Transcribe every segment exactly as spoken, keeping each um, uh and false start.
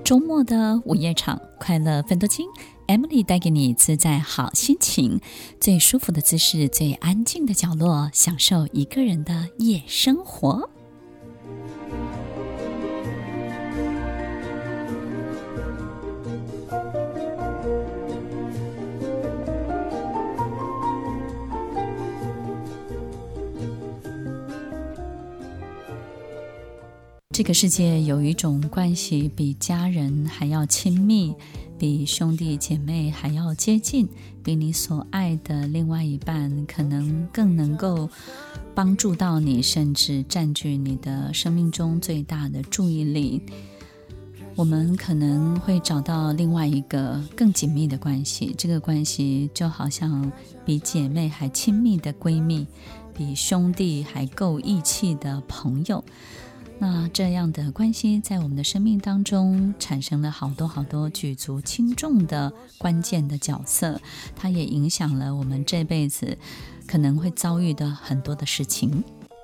周末的午夜场，快乐分多金 Emily 带给你自在好心情，最舒服的姿势，最安静的角落，享受一个人的夜生活。这个世界有一种关系比家人还要亲密，比兄弟姐妹还要接近，比你所爱的另外一半可能更能够帮助到你，甚至占据你的生命中最大的注意力。我们可能会找到另外一个更紧密的关系，这个关系就好像比姐妹还亲密的闺蜜，比兄弟还够义气的朋友。那这样的关系在我们的生命当中产生了好多好多举足轻重的关键的角色，它也影响了我们这辈子可能会遭遇的很多的事情。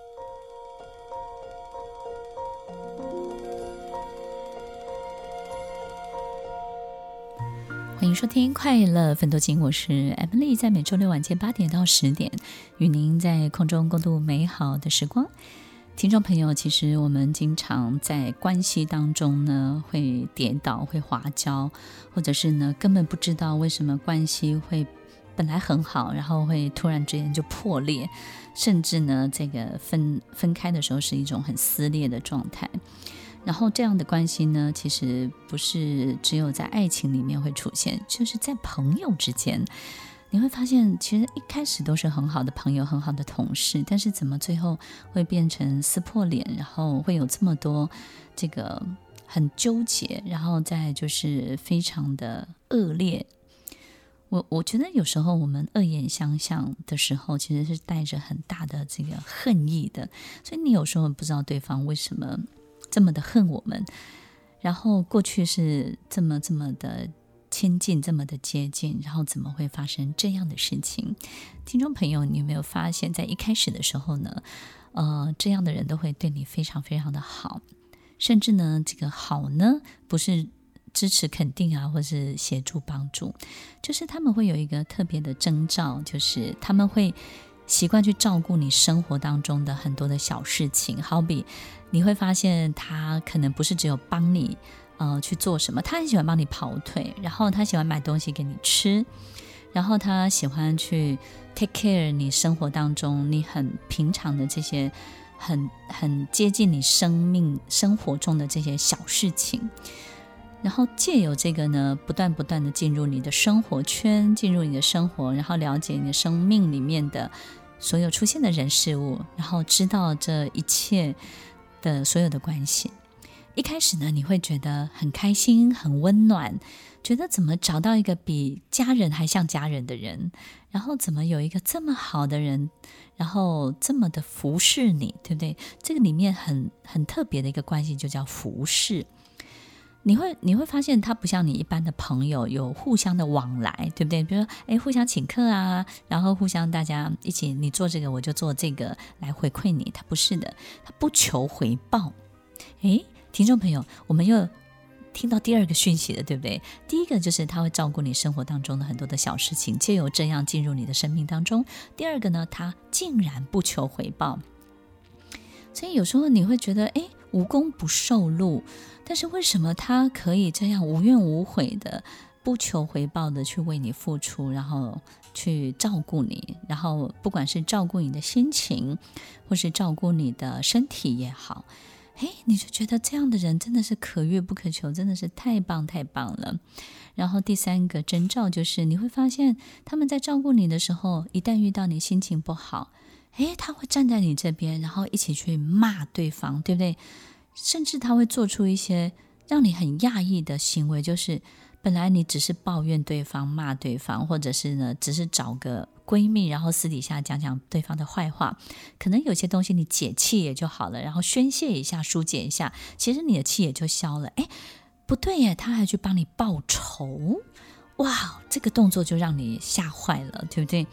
欢迎收听快乐分多金，我是 Emily， 在每周六晚间八点到十点与您在空中共度美好的时光。听众朋友，其实我们经常在关系当中呢会跌倒，会滑跤，或者是呢根本不知道为什么关系会本来很好，然后会突然之间就破裂，甚至呢这个分分开的时候是一种很撕裂的状态。然后这样的关系呢，其实不是只有在爱情里面会出现，就是在朋友之间你会发现其实一开始都是很好的朋友，很好的同事，但是怎么最后会变成撕破脸，然后会有这么多这个很纠结，然后再就是非常的恶劣。我我觉得有时候我们恶言相向的时候其实是带着很大的这个恨意的，所以你有时候不知道对方为什么这么的恨我们，然后过去是这么这么的亲近，这么的接近，然后怎么会发生这样的事情？听众朋友，你有没有发现在一开始的时候呢呃，这样的人都会对你非常非常的好，甚至呢这个好呢不是支持肯定啊，或是协助帮助，就是他们会有一个特别的征兆，就是他们会习惯去照顾你生活当中的很多的小事情。好比你会发现他可能不是只有帮你呃，去做什么，他很喜欢帮你跑腿，然后他喜欢买东西给你吃，然后他喜欢去 take care 你生活当中你很平常的这些很很接近你生命生活中的这些小事情，然后借由这个呢不断不断的进入你的生活圈，进入你的生活，然后了解你的生命里面的所有出现的人事物，然后知道这一切的所有的关系。一开始呢你会觉得很开心，很温暖，觉得怎么找到一个比家人还像家人的人，然后怎么有一个这么好的人，然后这么的服侍你，对不对？这个里面很很特别的一个关系就叫服侍。你会你会发现他不像你一般的朋友有互相的往来，对不对？比如说诶互相请客啊，然后互相大家一起你做这个我就做这个来回馈你，他不是的，他不求回报。诶听众朋友，我们又听到第二个讯息了，对不对？第一个就是他会照顾你生活当中的很多的小事情，借由这样进入你的生命当中。第二个呢，他竟然不求回报。所以有时候你会觉得诶无功不受禄，但是为什么他可以这样无怨无悔的不求回报的去为你付出，然后去照顾你，然后不管是照顾你的心情或是照顾你的身体也好，诶你就觉得这样的人真的是可遇不可求，真的是太棒太棒了。然后第三个征兆就是你会发现他们在照顾你的时候，一旦遇到你心情不好，诶他会站在你这边，然后一起去骂对方，对不对？甚至他会做出一些让你很讶异的行为，就是本来你只是抱怨对方骂对方，或者是呢只是找个闺蜜然后私底下讲讲对方的坏话，可能有些东西你解气也就好了，然后宣泄一下疏解一下，其实你的气也就消了。诶不对耶，他还去帮你报仇，哇这个动作就让你吓坏了，对不对？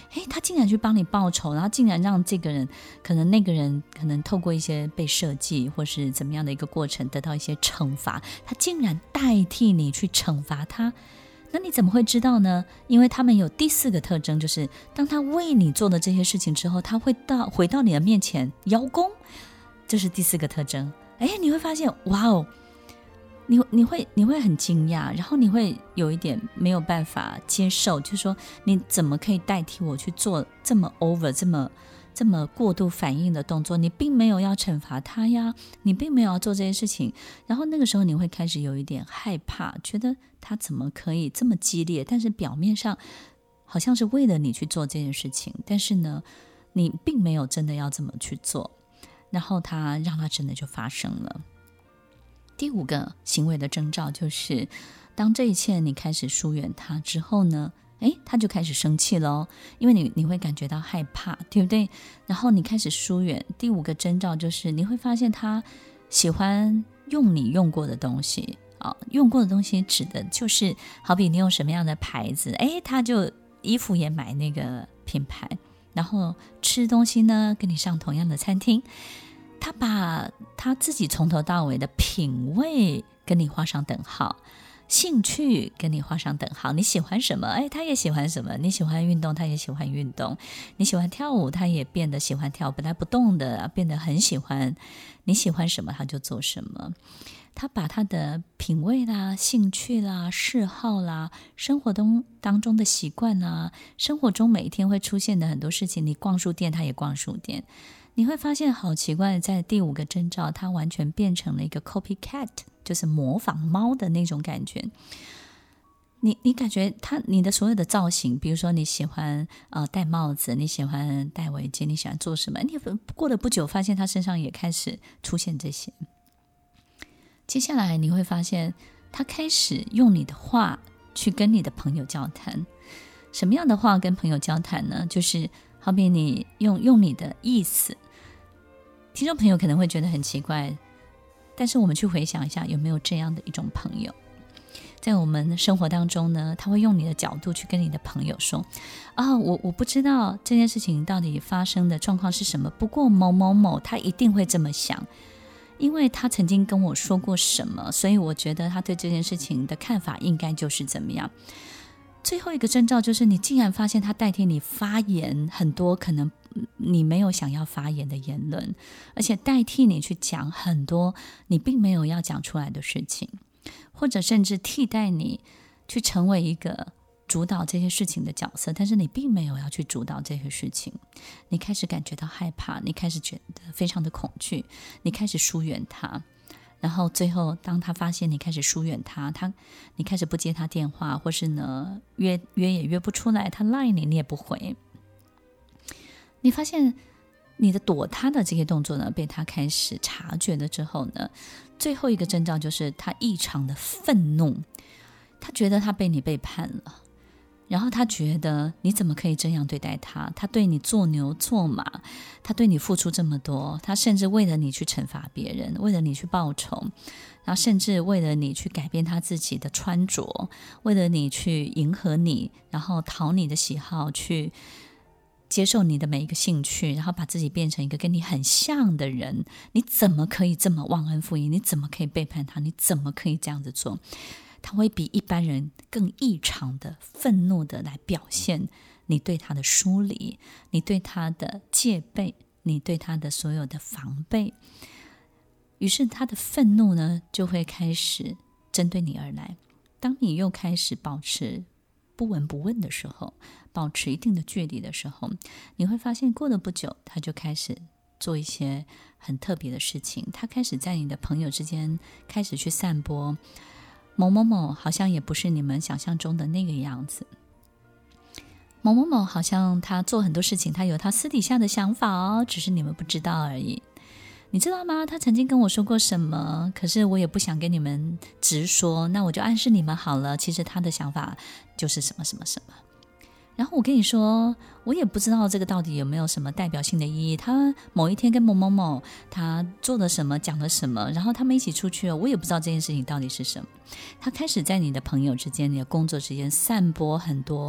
诶，他竟然去帮你报仇，然后竟然让这个人，可能那个人可能透过一些被设计或是怎么样的一个过程得到一些惩罚，他竟然代替你去惩罚他。那你怎么会知道呢？因为他们有第四个特征，就是当他为你做的这些事情之后，他会到回到你的面前邀功，这是第四个特征。哎，你会发现，哇哦，你你会你会很惊讶，然后你会有一点没有办法接受，就是说你怎么可以代替我去做这么 over 这么这么过度反应的动作？你并没有要惩罚他呀，你并没有要做这些事情。然后那个时候你会开始有一点害怕，觉得他怎么可以这么激烈？但是表面上好像是为了你去做这件事情，但是呢，你并没有真的要这么去做。然后他让他真的就发生了。第五个行为的征兆就是，当这一切你开始疏远他之后呢，诶，他就开始生气了，因为你你会感觉到害怕，对不对？然后你开始疏远。第五个征兆就是你会发现他喜欢用你用过的东西、哦、用过的东西指的就是好比你用什么样的牌子，诶，他就衣服也买那个品牌，然后吃东西呢跟你上同样的餐厅，他把他自己从头到尾的品味跟你画上等号，兴趣跟你画上等号。你喜欢什么，哎，他也喜欢什么。你喜欢运动，他也喜欢运动。你喜欢跳舞，他也变得喜欢跳，本来不动的变得很喜欢。你喜欢什么他就做什么。他把他的品味啦、兴趣啦、嗜好啦、生活中当中的习惯啦，生活中每一天会出现的很多事情，你逛书店他也逛书店。你会发现好奇怪，在第五个征兆，它完全变成了一个 copycat， 就是模仿猫的那种感觉。你你感觉他你的所有的造型，比如说你喜欢呃戴帽子，你喜欢戴围巾，你喜欢做什么，你过了不久发现他身上也开始出现这些。接下来你会发现他开始用你的话去跟你的朋友交谈。什么样的话跟朋友交谈呢？就是好比你用用你的意思。听众朋友可能会觉得很奇怪，但是我们去回想一下，有没有这样的一种朋友，在我们生活当中呢，他会用你的角度去跟你的朋友说啊，我我不知道这件事情到底发生的状况是什么，不过某某某他一定会这么想，因为他曾经跟我说过什么，所以我觉得他对这件事情的看法应该就是怎么样。最后一个征兆就是你竟然发现他代替你发言很多可能你没有想要发言的言论，而且代替你去讲很多你并没有要讲出来的事情，或者甚至替代你去成为一个主导这些事情的角色，但是你并没有要去主导这些事情。你开始感觉到害怕，你开始觉得非常的恐惧，你开始疏远他。然后最后当他发现你开始疏远他，他你开始不接他电话，或是呢约约也约不出来，他赖你你也不回，你发现你的躲他的这些动作呢被他开始察觉了之后呢，最后一个征兆就是他异常的愤怒，他觉得他被你背叛了，然后他觉得你怎么可以这样对待他，他对你做牛做马，他对你付出这么多，他甚至为了你去惩罚别人，为了你去报仇，然后甚至为了你去改变他自己的穿着，为了你去迎合你，然后讨你的喜好，去接受你的每一个兴趣，然后把自己变成一个跟你很像的人。你怎么可以这么忘恩负义？你怎么可以背叛他？你怎么可以这样子做？他会比一般人更异常的愤怒的来表现你对他的疏离，你对他的戒备，你对他的所有的防备。于是他的愤怒呢就会开始针对你而来。当你又开始保持不闻不问的时候，保持一定的距离的时候，你会发现过了不久，他就开始做一些很特别的事情。他开始在你的朋友之间开始去散播某某某好像也不是你们想象中的那个样子，某某某好像他做很多事情他有他私底下的想法哦，只是你们不知道而已。你知道吗？他曾经跟我说过什么，可是我也不想跟你们直说，那我就暗示你们好了，其实他的想法就是什么什么什么。然后我跟你说，我也不知道这个到底有没有什么代表性的意义。他某一天跟某某某他做了什么，讲了什么，然后他们一起出去了，我也不知道这件事情到底是什么。他开始在你的朋友之间，你的工作之间散播很多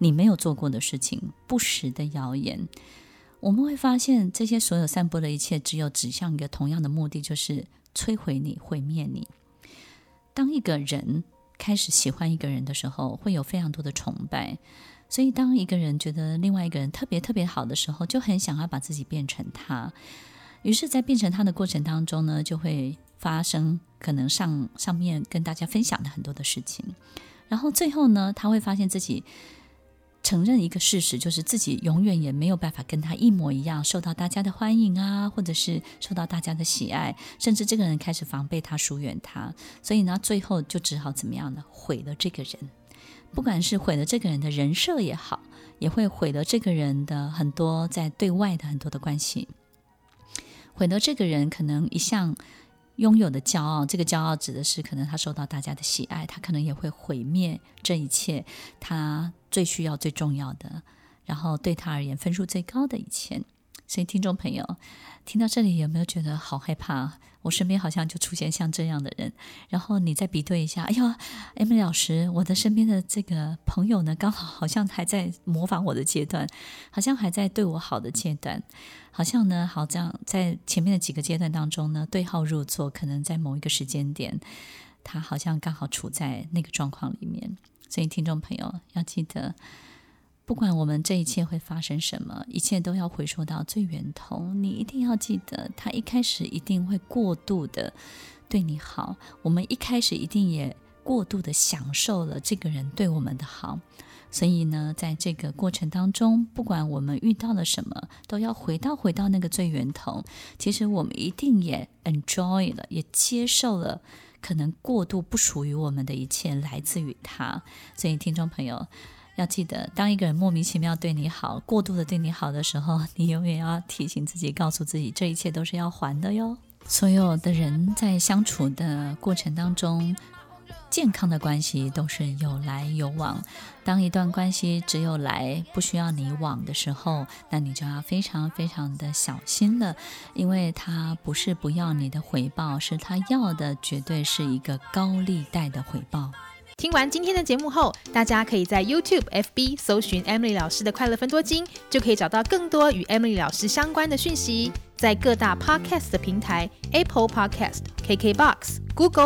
你没有做过的事情，不实的谣言。我们会发现这些所有散播的一切只有指向一个同样的目的，就是摧毁你，毁灭你。当一个人开始喜欢一个人的时候，会有非常多的崇拜，所以当一个人觉得另外一个人特别特别好的时候，就很想要把自己变成他。于是在变成他的过程当中呢，就会发生可能上上面跟大家分享的很多的事情，然后最后呢，他会发现自己承认一个事实，就是自己永远也没有办法跟他一模一样受到大家的欢迎啊，或者是受到大家的喜爱，甚至这个人开始防备他，疏远他，所以呢最后就只好怎么样呢？毁了这个人。不管是毁了这个人的人设也好，也会毁了这个人的很多在对外的很多的关系，毁了这个人可能一向拥有的骄傲，这个骄傲指的是可能他受到大家的喜爱，他可能也会毁灭这一切他最需要最重要的，然后对他而言分数最高的一切。所以听众朋友听到这里有没有觉得好害怕？我身边好像就出现像这样的人，然后你再比对一下，哎呦 Emily 老师，我的身边的这个朋友呢，刚好好像还在模仿我的阶段，好像还在对我好的阶段，好像呢好像在前面的几个阶段当中呢对号入座，可能在某一个时间点他好像刚好处在那个状况里面。所以听众朋友要记得，不管我们这一切会发生什么，一切都要回溯到最源头。你一定要记得，他一开始一定会过度的对你好，我们一开始一定也过度的享受了这个人对我们的好。所以呢，在这个过程当中，不管我们遇到了什么，都要回到回到那个最源头。其实我们一定也 enjoy 了，也接受了可能过度不属于我们的一切来自于他。所以听众朋友要记得，当一个人莫名其妙对你好，过度的对你好的时候，你永远要提醒自己，告诉自己，这一切都是要还的哟。所有的人在相处的过程当中，健康的关系都是有来有往。当一段关系只有来不需要你往的时候，那你就要非常非常的小心了，因为他不是不要你的回报，是他要的绝对是一个高利贷的回报。 听完今天的节目后，大家可以在 YouTube、F B 搜寻 Emily 老师的快乐分多金，就可以找到更多与 Emily 老师相关的讯息。在各大 Podcast 的平台 Apple Podcast、K K B O X、Google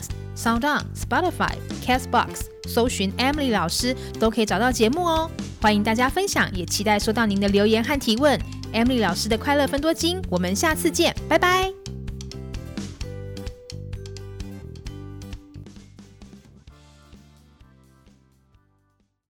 Podcast、SoundOn、Spotify、Castbox 搜寻 Emily 老师都可以找到节目哦。欢迎大家分享，也期待收到您的留言和提问。Emily 老师的快乐分多金，我们下次见，拜拜。